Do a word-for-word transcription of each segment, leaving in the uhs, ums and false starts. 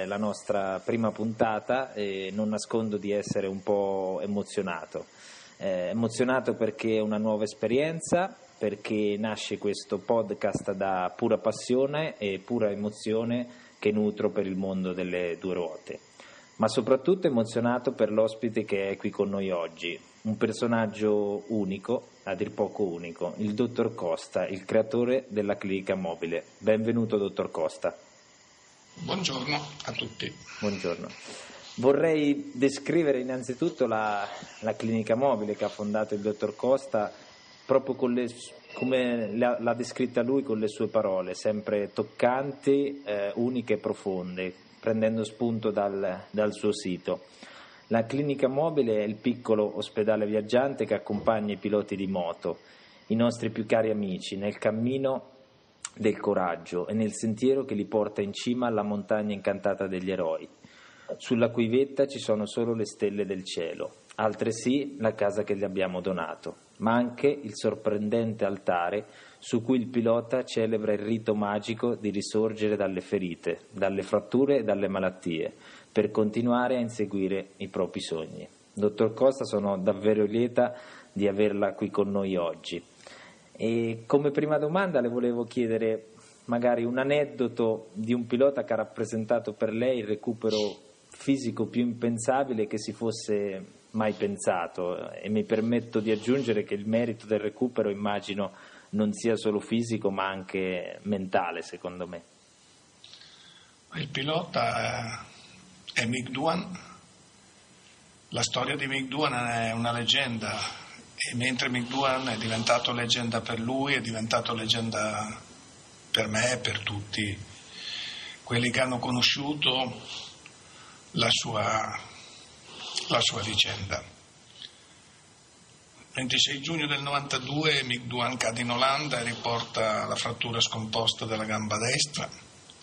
la nostra prima puntata e non nascondo di essere un po' emozionato. Eh, emozionato perché è una nuova esperienza, perché nasce questo podcast da pura passione e pura emozione che nutro per il mondo delle due ruote. Ma soprattutto emozionato per l'ospite che è qui con noi oggi, un personaggio unico, a dir poco unico, il dottor Costa, il creatore della clinica mobile. Benvenuto, dottor Costa. Buongiorno a tutti. Buongiorno. Vorrei descrivere innanzitutto la, la clinica mobile che ha fondato il dottor Costa, proprio con le, come l'ha, l'ha descritta lui con le sue parole, sempre toccanti, eh, uniche e profonde, prendendo spunto dal, dal suo sito. La clinica mobile è il piccolo ospedale viaggiante che accompagna i piloti di moto, i nostri più cari amici, nel cammino del coraggio e nel sentiero che li porta in cima alla montagna incantata degli eroi, sulla cui vetta ci sono solo le stelle del cielo, altresì la casa che gli abbiamo donato, ma anche il sorprendente altare su cui il pilota celebra il rito magico di risorgere dalle ferite, dalle fratture e dalle malattie, per continuare a inseguire i propri sogni. Dottor Costa, sono davvero lieta di averla qui con noi oggi. E come prima domanda le volevo chiedere magari un aneddoto di un pilota che ha rappresentato per lei il recupero fisico più impensabile che si fosse mai pensato, e mi permetto di aggiungere che il merito del recupero immagino non sia solo fisico ma anche mentale, secondo me. Il pilota è Mick Doohan. La storia di Mick Doohan è una leggenda, e mentre Mick Doohan è diventato leggenda per lui, è diventato leggenda per me e per tutti quelli che hanno conosciuto la sua, la sua vicenda. ventisei giugno del novantadue Mick Doohan cade in Olanda e riporta la frattura scomposta della gamba destra.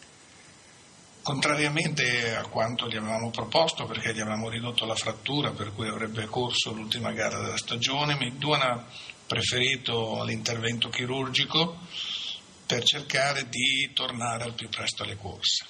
Contrariamente a quanto gli avevamo proposto, perché gli avevamo ridotto la frattura per cui avrebbe corso l'ultima gara della stagione, Mick Doohan ha preferito l'intervento chirurgico per cercare di tornare al più presto alle corse.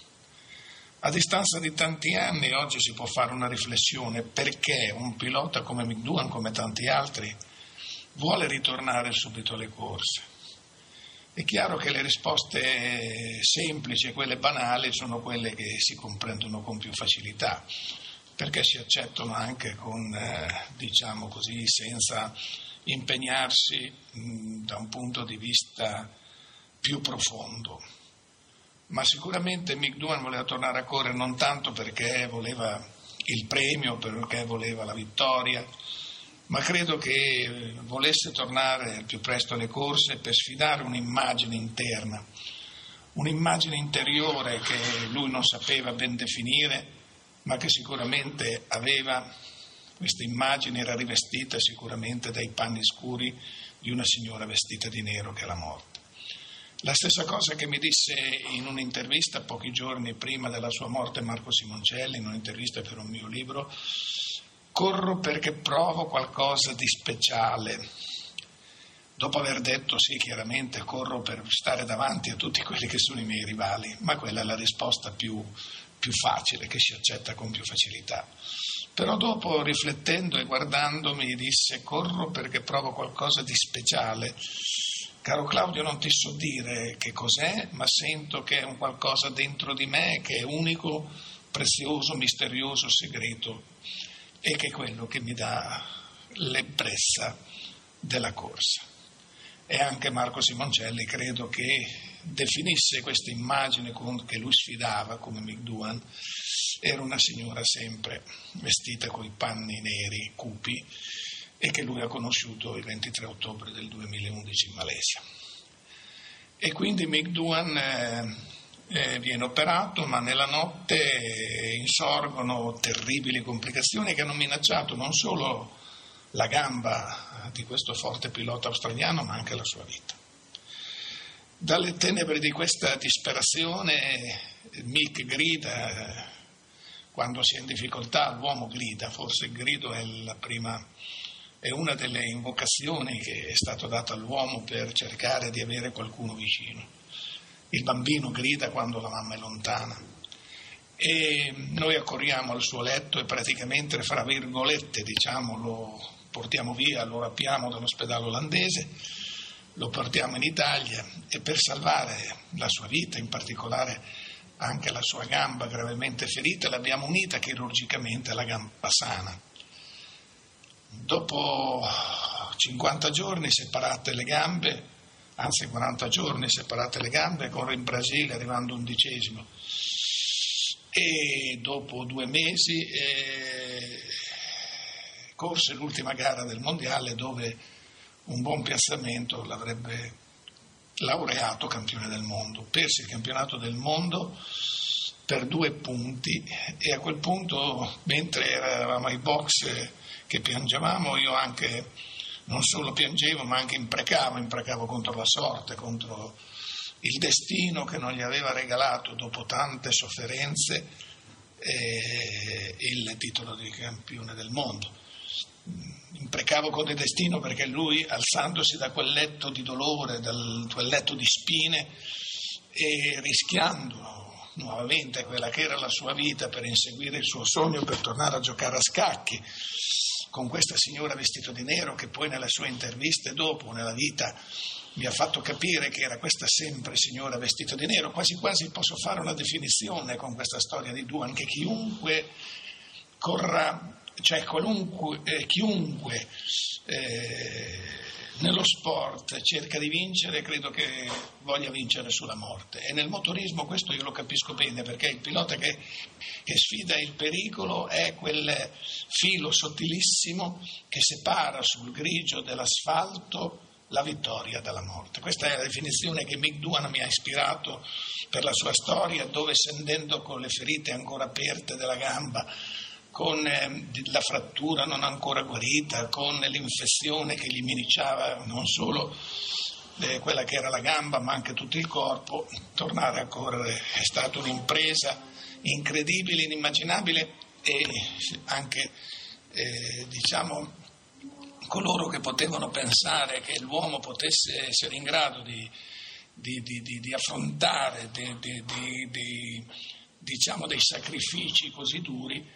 A distanza di tanti anni oggi si può fare una riflessione: perché un pilota come Mick Doohan, come tanti altri, vuole ritornare subito alle corse? È chiaro che le risposte semplici e quelle banali sono quelle che si comprendono con più facilità, perché si accettano anche con, eh, diciamo così, senza impegnarsi mh, da un punto di vista più profondo. Ma sicuramente Mick Doohan voleva tornare a correre non tanto perché voleva il premio, perché voleva la vittoria, ma credo che volesse tornare al più presto alle corse per sfidare un'immagine interna, un'immagine interiore che lui non sapeva ben definire, ma che sicuramente aveva, questa immagine era rivestita sicuramente dai panni scuri di una signora vestita di nero che è la morte. La stessa cosa che mi disse in un'intervista pochi giorni prima della sua morte Marco Simoncelli, in un'intervista per un mio libro: corro perché provo qualcosa di speciale. Dopo aver detto sì, chiaramente corro per stare davanti a tutti quelli che sono i miei rivali, ma quella è la risposta più, più facile, che si accetta con più facilità. Però dopo, riflettendo e guardandomi, disse: corro perché provo qualcosa di speciale. Caro Claudio, non ti so dire che cos'è, ma sento che è un qualcosa dentro di me che è unico, prezioso, misterioso, segreto, e che è quello che mi dà l'ebbrezza della corsa. E anche Marco Simoncelli credo che definisse questa immagine che lui sfidava come Mick Doohan. Era una signora sempre vestita coi panni neri cupi e che lui ha conosciuto il ventitré ottobre del duemilaundici in Malesia. E quindi Mick Doohan eh, eh, viene operato, ma nella notte eh, insorgono terribili complicazioni che hanno minacciato non solo la gamba di questo forte pilota australiano, ma anche la sua vita. Dalle tenebre di questa disperazione Mick grida, quando si è in difficoltà l'uomo grida, forse il grido è la prima, è una delle invocazioni che è stato dato all'uomo per cercare di avere qualcuno vicino. Il bambino grida quando la mamma è lontana e noi accorriamo al suo letto e praticamente, fra virgolette, diciamo, lo portiamo via, lo rapiamo dall'ospedale olandese, lo portiamo in Italia e per salvare la sua vita, in particolare anche la sua gamba gravemente ferita, l'abbiamo unita chirurgicamente alla gamba sana. Dopo cinquanta giorni separate le gambe, anzi quaranta giorni separate le gambe, corre in Brasile arrivando undicesimo, e dopo due mesi eh, corse l'ultima gara del mondiale dove un buon piazzamento l'avrebbe laureato campione del mondo. Perse il campionato del mondo per due punti e a quel punto, mentre eravamo ai box che piangevamo, io anche non solo piangevo ma anche imprecavo, imprecavo contro la sorte, contro il destino che non gli aveva regalato dopo tante sofferenze eh, il titolo di campione del mondo. Imprecavo con il destino perché lui, alzandosi da quel letto di dolore, da quel letto di spine e rischiando nuovamente quella che era la sua vita per inseguire il suo sogno, per tornare a giocare a scacchi con questa signora vestita di nero, che poi nelle sue interviste dopo, nella vita, mi ha fatto capire che era questa sempre signora vestita di nero. Quasi quasi posso fare una definizione con questa storia di due, che chiunque corra, cioè qualunque, eh, chiunque eh, nello sport cerca di vincere, credo che voglia vincere sulla morte, e nel motorismo questo io lo capisco bene, perché il pilota che, che sfida il pericolo è quel filo sottilissimo che separa sul grigio dell'asfalto la vittoria dalla morte. Questa è la definizione che Mick Doohan mi ha ispirato per la sua storia, dove scendendo con le ferite ancora aperte della gamba, con eh, la frattura non ancora guarita, con l'infezione che gli minacciava non solo eh, quella che era la gamba ma anche tutto il corpo, tornare a correre è stata un'impresa incredibile, inimmaginabile, e anche eh, diciamo coloro che potevano pensare che l'uomo potesse essere in grado di, di, di, di, di affrontare di, di, di, di, diciamo dei sacrifici così duri,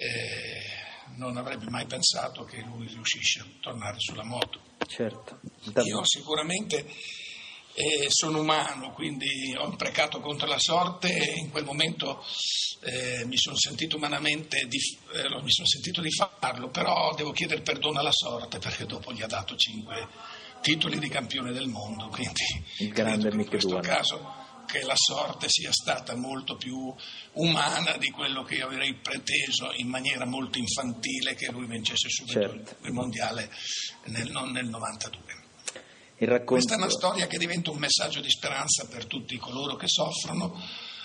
Eh, non avrebbe mai pensato che lui riuscisse a tornare sulla moto. Certo. Io sicuramente eh, sono umano, quindi ho imprecato contro la sorte e in quel momento eh, mi sono sentito umanamente di, eh, mi sono sentito di farlo, però devo chiedere perdono alla sorte, perché dopo gli ha dato cinque titoli di campione del mondo, quindi il grande in questo Doohan. caso che la sorte sia stata molto più umana di quello che io avrei preteso in maniera molto infantile, che lui vincesse subito certo. il mondiale nel, non nel novantadue. Il racconto... Questa è una storia che diventa un messaggio di speranza per tutti coloro che soffrono,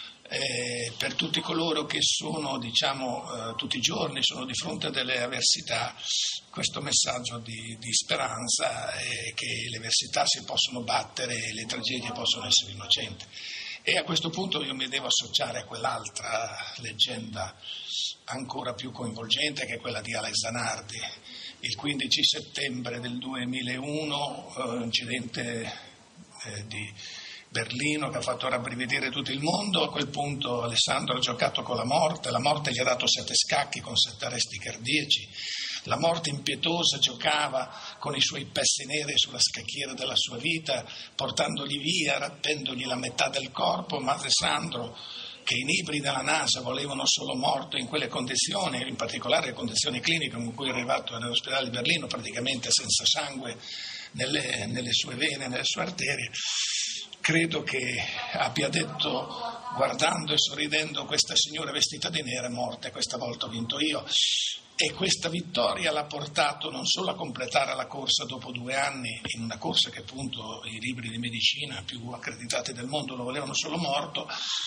eh, per tutti coloro che sono, diciamo, eh, tutti i giorni sono di fronte a delle avversità. Questo messaggio di, di speranza è che le avversità si possono battere e le tragedie possono essere innocenti. E a questo punto io mi devo associare a quell'altra leggenda ancora più coinvolgente, che è quella di Alex Zanardi. Il quindici settembre del duemilauno, eh, incidente eh, di Berlino che ha fatto rabbrividire tutto il mondo. A quel punto Alessandro ha giocato con la morte, la morte gli ha dato sette scacchi con sette arresti cardiaci, la morte impietosa giocava con i suoi pezzi neri sulla scacchiera della sua vita, portandogli via, rappendogli la metà del corpo, ma Alessandro, che i libri della NASA volevano solo morto in quelle condizioni, in particolare le condizioni cliniche con cui è arrivato nell'ospedale di Berlino, praticamente senza sangue nelle, nelle sue vene, nelle sue arterie, credo che abbia detto, guardando e sorridendo, questa signora vestita di nero è morta, questa volta ho vinto io. E questa vittoria l'ha portato non solo a completare la corsa dopo due anni, in una corsa che appunto i libri di medicina più accreditati del mondo lo volevano solo morto,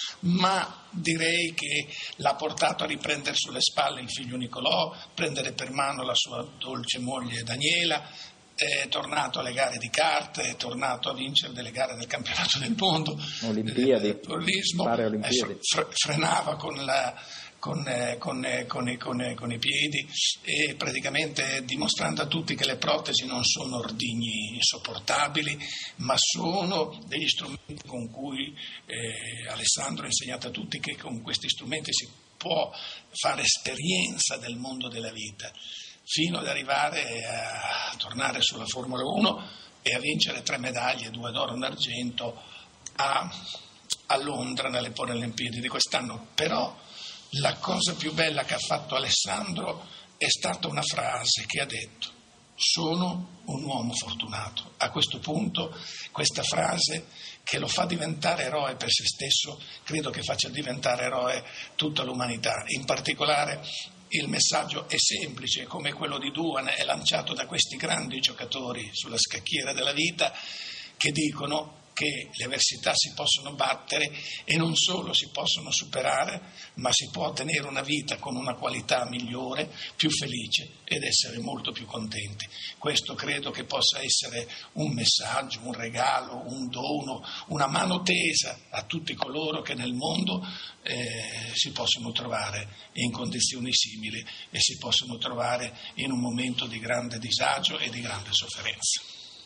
ma direi che l'ha portato a riprendere sulle spalle il figlio Nicolò, prendere per mano la sua dolce moglie Daniela, è tornato alle gare di kart, è tornato a vincere delle gare del campionato del mondo, Olimpiadi, del turismo, Paraolimpiadi. Frenava con la Con, eh, con, eh, con, i, con, eh, con i piedi, e praticamente dimostrando a tutti che le protesi non sono ordigni insopportabili, ma sono degli strumenti con cui eh, Alessandro ha insegnato a tutti che con questi strumenti si può fare esperienza del mondo della vita, fino ad arrivare a tornare sulla Formula uno e a vincere tre medaglie, due d'oro e un argento a, a Londra nelle Paralimpiadi di quest'anno. Però la cosa più bella che ha fatto Alessandro è stata una frase che ha detto: sono un uomo fortunato. A questo punto questa frase, che lo fa diventare eroe per se stesso, credo che faccia diventare eroe tutta l'umanità. In particolare il messaggio è semplice, come quello di Duan, è lanciato da questi grandi giocatori sulla scacchiera della vita, che dicono che le avversità si possono battere e non solo si possono superare, ma si può ottenere una vita con una qualità migliore, più felice ed essere molto più contenti. Questo credo che possa essere un messaggio, un regalo, un dono, una mano tesa a tutti coloro che nel mondo eh, si possono trovare in condizioni simili e si possono trovare in un momento di grande disagio e di grande sofferenza.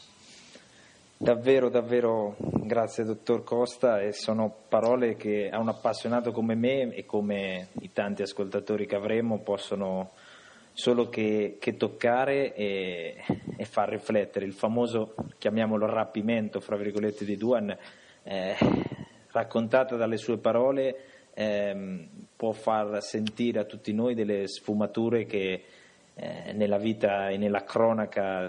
Davvero, davvero grazie dottor Costa, e sono parole che a un appassionato come me e come i tanti ascoltatori che avremo possono solo che, che toccare e, e far riflettere. Il famoso, chiamiamolo rapimento, fra virgolette, di Duan, eh, raccontata dalle sue parole, eh, può far sentire a tutti noi delle sfumature che eh, nella vita e nella cronaca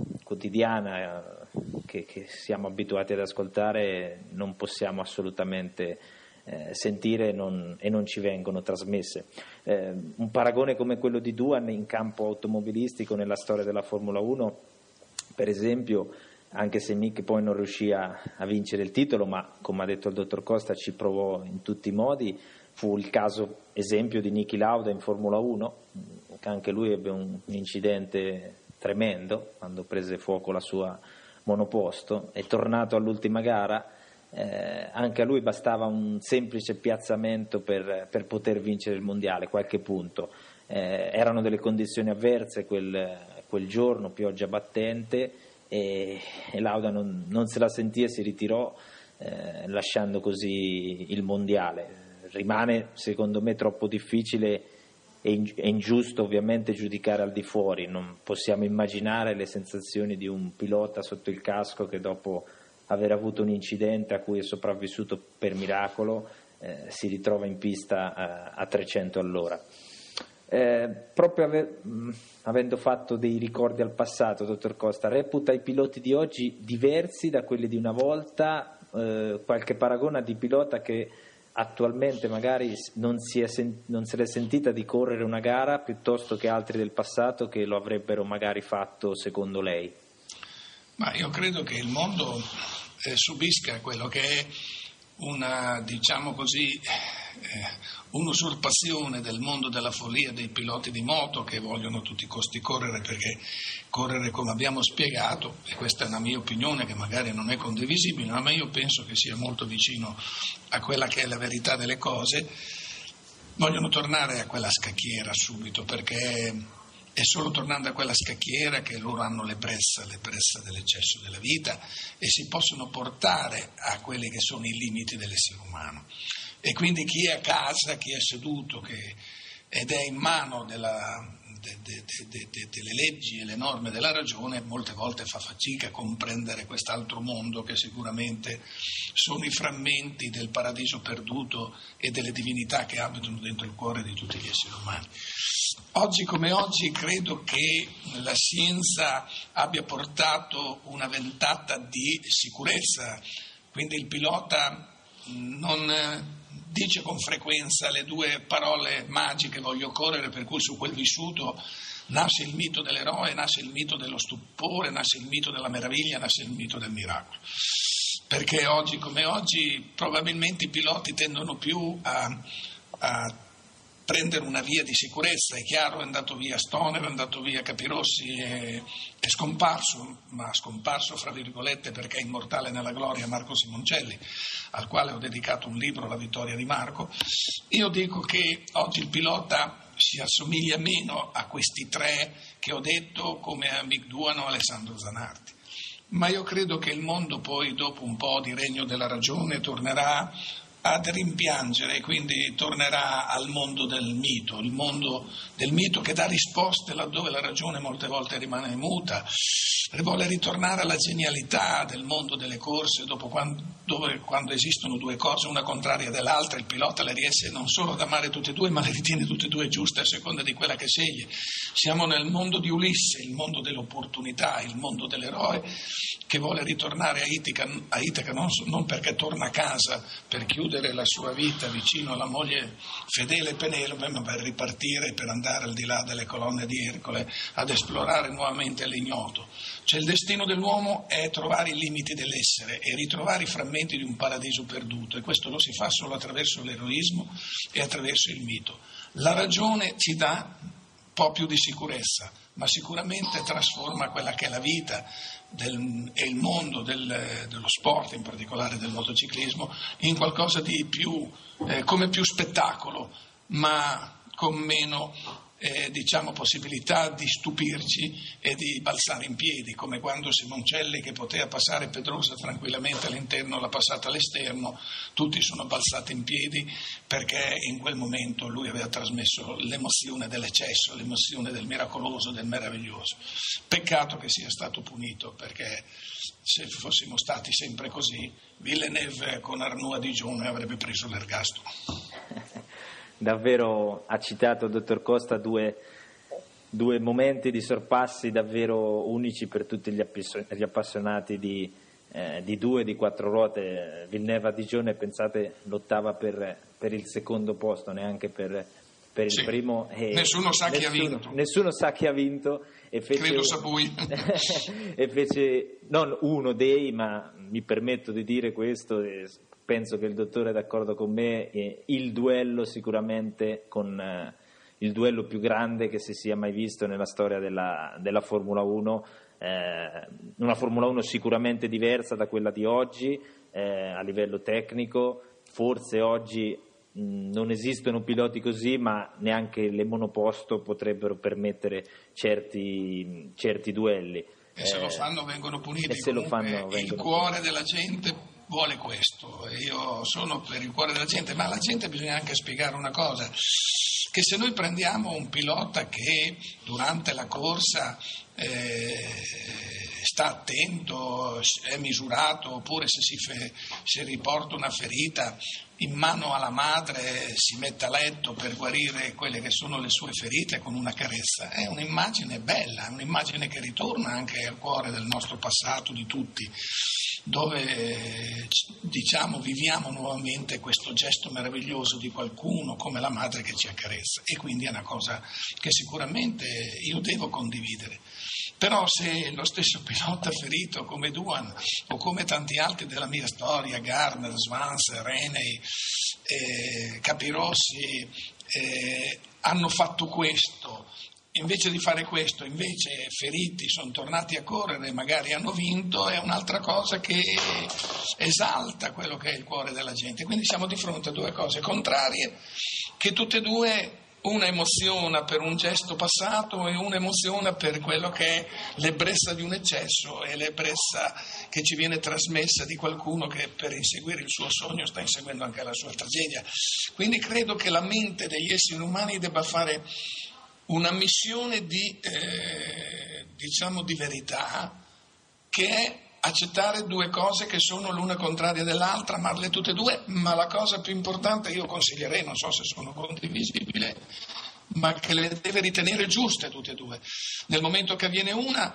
quotidiana Che, che siamo abituati ad ascoltare non possiamo assolutamente eh, sentire non, e non ci vengono trasmesse. Eh, un paragone come quello di Duan in campo automobilistico nella storia della Formula uno, per esempio, anche se Mick poi non riuscì a, a vincere il titolo, ma come ha detto il dottor Costa ci provò in tutti i modi, fu il caso esempio di Niki Lauda in Formula uno, che anche lui ebbe un, un incidente tremendo quando prese fuoco la sua monoposto. È tornato all'ultima gara, eh, anche a lui bastava un semplice piazzamento per, per poter vincere il mondiale, qualche punto. Eh, erano delle condizioni avverse quel, quel giorno, pioggia battente, e, e Lauda non, non se la sentì e si ritirò, eh, lasciando così il mondiale. Rimane secondo me troppo difficile è ingiusto ovviamente giudicare al di fuori, non possiamo immaginare le sensazioni di un pilota sotto il casco che dopo aver avuto un incidente a cui è sopravvissuto per miracolo eh, si ritrova in pista a, a trecento all'ora. Eh, proprio ave, mh, avendo fatto dei ricordi al passato, dottor Costa, reputa i piloti di oggi diversi da quelli di una volta? Eh, qualche paragone di pilota che attualmente magari non, si è sen- non se l'è sentita di correre una gara, piuttosto che altri del passato che lo avrebbero magari fatto secondo lei? Ma io credo che il mondo eh, subisca quello che è una, diciamo così, eh, un'usurpazione del mondo della follia dei piloti di moto che vogliono a tutti i costi correre, perché correre, come abbiamo spiegato, e questa è una mia opinione che magari non è condivisibile, ma io penso che sia molto vicino a quella che è la verità delle cose, vogliono tornare a quella scacchiera subito, perché è solo tornando a quella scacchiera che loro hanno l'ebbrezza, l'ebbrezza dell'eccesso della vita, e si possono portare a quelli che sono i limiti dell'essere umano. E quindi chi è a casa, chi è seduto che, ed è in mano della, de, de, de, de, delle leggi e le norme della ragione, molte volte fa fatica a comprendere quest'altro mondo che sicuramente sono i frammenti del paradiso perduto e delle divinità che abitano dentro il cuore di tutti gli esseri umani. Oggi come oggi credo che la scienza abbia portato una ventata di sicurezza, quindi il pilota non dice con frequenza le due parole magiche voglio correre, per cui su quel vissuto nasce il mito dell'eroe, nasce il mito dello stupore, nasce il mito della meraviglia, nasce il mito del miracolo. Perché oggi come oggi probabilmente i piloti tendono più a, a prendere una via di sicurezza. È chiaro, è andato via Stoner, è andato via Capirossi, è, è scomparso, ma scomparso fra virgolette perché è immortale nella gloria, Marco Simoncelli, al quale ho dedicato un libro, La vittoria di Marco. Io dico che oggi il pilota si assomiglia meno a questi tre che ho detto, come a Mick Doohan o Alessandro Zanardi. Ma io credo che il mondo poi, dopo un po' di regno della ragione, tornerà ad rimpiangere e quindi tornerà al mondo del mito, il mondo del mito che dà risposte laddove la ragione molte volte rimane muta, vuole ritornare alla genialità del mondo delle corse, dopo quando, dove, quando esistono due cose, una contraria dell'altra, il pilota le riesce non solo ad amare tutte e due, ma le ritiene tutte e due giuste a seconda di quella che sceglie. Siamo nel mondo di Ulisse, il mondo dell'opportunità, il mondo dell'eroe che vuole ritornare a Itaca, a Itaca non, non perché torna a casa per chiudere la sua vita vicino alla moglie fedele Penelope, ma per ripartire, per andare al di là delle colonne di Ercole ad esplorare nuovamente l'ignoto. Cioè il destino dell'uomo è trovare i limiti dell'essere e ritrovare i frammenti di un paradiso perduto, e questo lo si fa solo attraverso l'eroismo e attraverso il mito. La ragione ci dà un po' più di sicurezza, ma sicuramente trasforma quella che è la vita del, e il mondo del, dello sport, in particolare del motociclismo, in qualcosa di più, eh, come più spettacolo, ma con meno eh, diciamo possibilità di stupirci e di balzare in piedi, come quando Simoncelli, che poteva passare Pedrosa tranquillamente all'interno, l'ha passata all'esterno, tutti sono balzati in piedi perché in quel momento lui aveva trasmesso l'emozione dell'eccesso, l'emozione del miracoloso, del meraviglioso. Peccato che sia stato punito, perché se fossimo stati sempre così, Villeneuve con Arnaud a Digione avrebbe preso l'ergastolo. Davvero ha citato il dottor Costa due, due momenti di sorpassi davvero unici per tutti gli, appiss- gli appassionati di, eh, di due e di quattro ruote. Villeneuve a Digione, pensate, lottava per, per il secondo posto, neanche per, per il sì, primo. E nessuno sa nessuno, chi ha vinto. Nessuno sa chi ha vinto. E fece, Credo Sabui. e fece non uno dei, ma mi permetto di dire questo, penso che il dottore è d'accordo con me, eh, il duello sicuramente con eh, il duello più grande che si sia mai visto nella storia della, della Formula uno, eh, una Formula uno sicuramente diversa da quella di oggi, eh, a livello tecnico. Forse oggi mh, non esistono piloti così, ma neanche le monoposto potrebbero permettere certi, certi duelli. E se eh, lo fanno vengono puniti. E se lo fanno, il vengono cuore puniti. Della gente vuole questo, io sono per il cuore della gente, ma alla gente bisogna anche spiegare una cosa, che se noi prendiamo un pilota che durante la corsa eh, sta attento, è misurato, oppure se si, fe, se riporta una ferita, in mano alla madre si mette a letto per guarire quelle che sono le sue ferite con una carezza, è un'immagine bella, è un'immagine che ritorna anche al cuore del nostro passato, di tutti, dove diciamo viviamo nuovamente questo gesto meraviglioso di qualcuno come la madre che ci accarezza, e quindi è una cosa che sicuramente io devo condividere. Però se lo stesso pilota ferito come Doohan o come tanti altri della mia storia, Gardner, Svans, Reney, eh, Capirossi, eh, hanno fatto questo, invece di fare questo, invece feriti, sono tornati a correre, magari hanno vinto, è un'altra cosa che esalta quello che è il cuore della gente. Quindi siamo di fronte a due cose contrarie, che tutte e due, una emoziona per un gesto passato e una emoziona per quello che è l'ebbrezza di un eccesso e l'ebbrezza che ci viene trasmessa di qualcuno che per inseguire il suo sogno sta inseguendo anche la sua tragedia. Quindi credo che la mente degli esseri umani debba fare una missione di, eh, diciamo, di verità, che è accettare due cose che sono l'una contraria dell'altra, amarle tutte e due, ma la cosa più importante, io consiglierei, non so se sono condivisibile, ma che le deve ritenere giuste tutte e due. Nel momento che avviene una,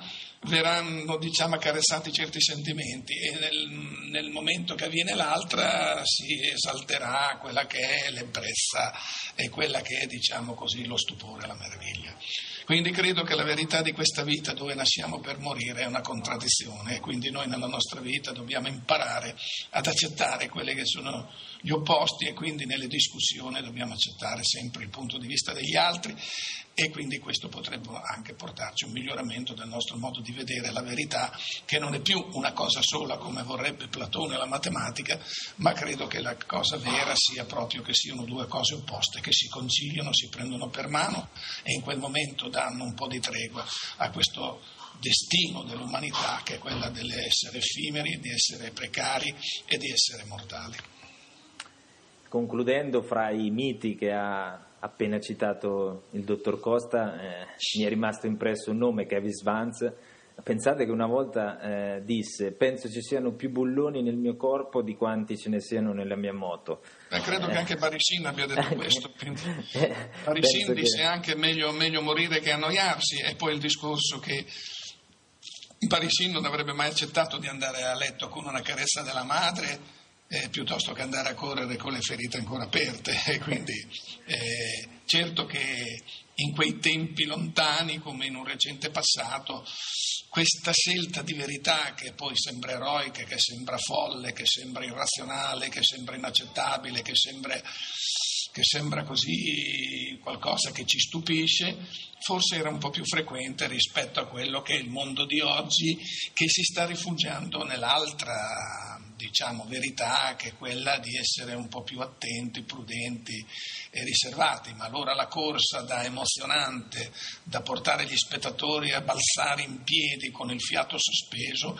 verranno, diciamo, accarezzati certi sentimenti e nel, nel momento che avviene l'altra si esalterà quella che è l'ebbrezza e quella che è, diciamo così, lo stupore, la meraviglia. Quindi credo che la verità di questa vita, dove nasciamo per morire, è una contraddizione, e quindi noi nella nostra vita dobbiamo imparare ad accettare quelli che sono gli opposti, e quindi nelle discussioni dobbiamo accettare sempre il punto di vista degli altri, e quindi questo potrebbe anche portarci a un miglioramento del nostro modo di vedere la verità, che non è più una cosa sola come vorrebbe Platone la matematica, ma credo che la cosa vera sia proprio che siano due cose opposte, che si conciliano, si prendono per mano e in quel momento danno un po' di tregua a questo destino dell'umanità, che è quella di essere effimeri, di essere precari e di essere mortali. Concludendo, fra i miti che ha appena citato il dottor Costa, eh, mi è rimasto impresso un nome, Kevin Svans. Pensate che una volta eh, disse: penso ci siano più bulloni nel mio corpo di quanti ce ne siano nella mia moto. Beh, credo eh. che anche Parissin abbia detto questo. Parissin disse che... anche meglio, meglio morire che annoiarsi, e poi il discorso che Parissin non avrebbe mai accettato di andare a letto con una carezza della madre, Eh, piuttosto che andare a correre con le ferite ancora aperte. E quindi eh, certo che in quei tempi lontani, come in un recente passato, questa scelta di verità, che poi sembra eroica, che sembra folle, che sembra irrazionale, che sembra inaccettabile, che sembra, che sembra così qualcosa che ci stupisce, forse era un po' più frequente rispetto a quello che è il mondo di oggi, che si sta rifugiando nell'altra, diciamo, verità, che è quella di essere un po' più attenti, prudenti e riservati. Ma allora la corsa da emozionante, da portare gli spettatori a balzare in piedi con il fiato sospeso,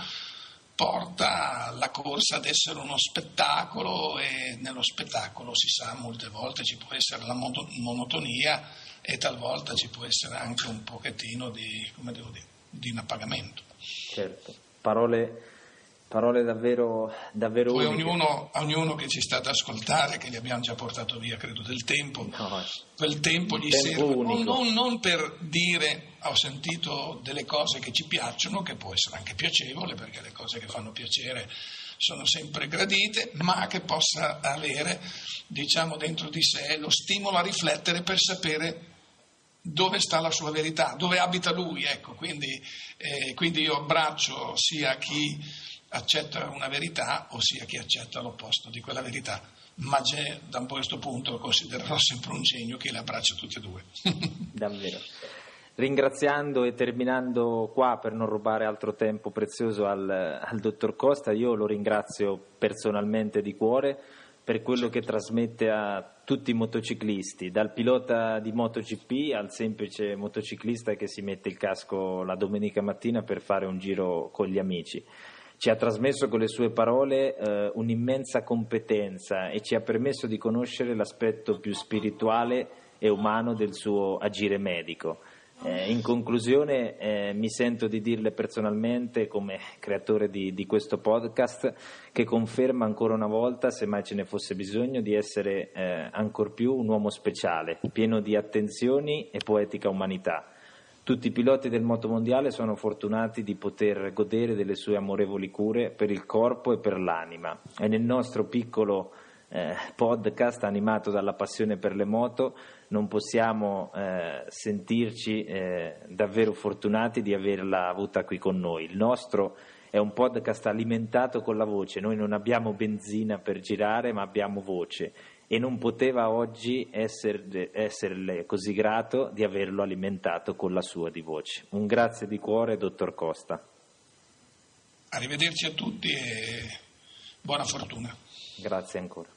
porta la corsa ad essere uno spettacolo, e nello spettacolo, si sa, molte volte ci può essere la monotonia e talvolta ci può essere anche un pochettino di, come devo dire, di inappagamento. Certo, parole... Parole davvero, davvero Poi uniche. ognuno, ognuno che ci sta ad ascoltare, che gli abbiamo già portato via, credo, del tempo, no, quel tempo gli tempo serve non, non, non per dire ho sentito delle cose che ci piacciono, che può essere anche piacevole, perché le cose che fanno piacere sono sempre gradite, ma che possa avere, diciamo, dentro di sé lo stimolo a riflettere per sapere dove sta la sua verità, dove abita lui, ecco. Quindi, eh, quindi io abbraccio sia chi accetta una verità, ossia chi accetta l'opposto di quella verità, ma c'è, da questo punto considererò sempre un genio che le abbraccia tutte e due. Davvero. Ringraziando e terminando qua, per non rubare altro tempo prezioso al, al dottor Costa, io lo ringrazio personalmente di cuore per quello che trasmette a tutti i motociclisti, dal pilota di MotoGP al semplice motociclista che si mette il casco la domenica mattina per fare un giro con gli amici. Ci ha trasmesso con le sue parole eh, un'immensa competenza e ci ha permesso di conoscere l'aspetto più spirituale e umano del suo agire medico. Eh, in conclusione, eh, mi sento di dirle personalmente, come creatore di, di questo podcast, che conferma ancora una volta, se mai ce ne fosse bisogno, di essere eh, ancor più un uomo speciale, pieno di attenzioni e poetica umanità. Tutti i piloti del motomondiale sono fortunati di poter godere delle sue amorevoli cure per il corpo e per l'anima, e nel nostro piccolo eh, podcast animato dalla passione per le moto non possiamo eh, sentirci eh, davvero fortunati di averla avuta qui con noi. Il nostro è un podcast alimentato con la voce, noi non abbiamo benzina per girare, ma abbiamo voce, e non poteva oggi essere, esserle così grato di averlo alimentato con la sua di voce. Un grazie di cuore, dottor Costa. Arrivederci a tutti e buona fortuna. Grazie ancora.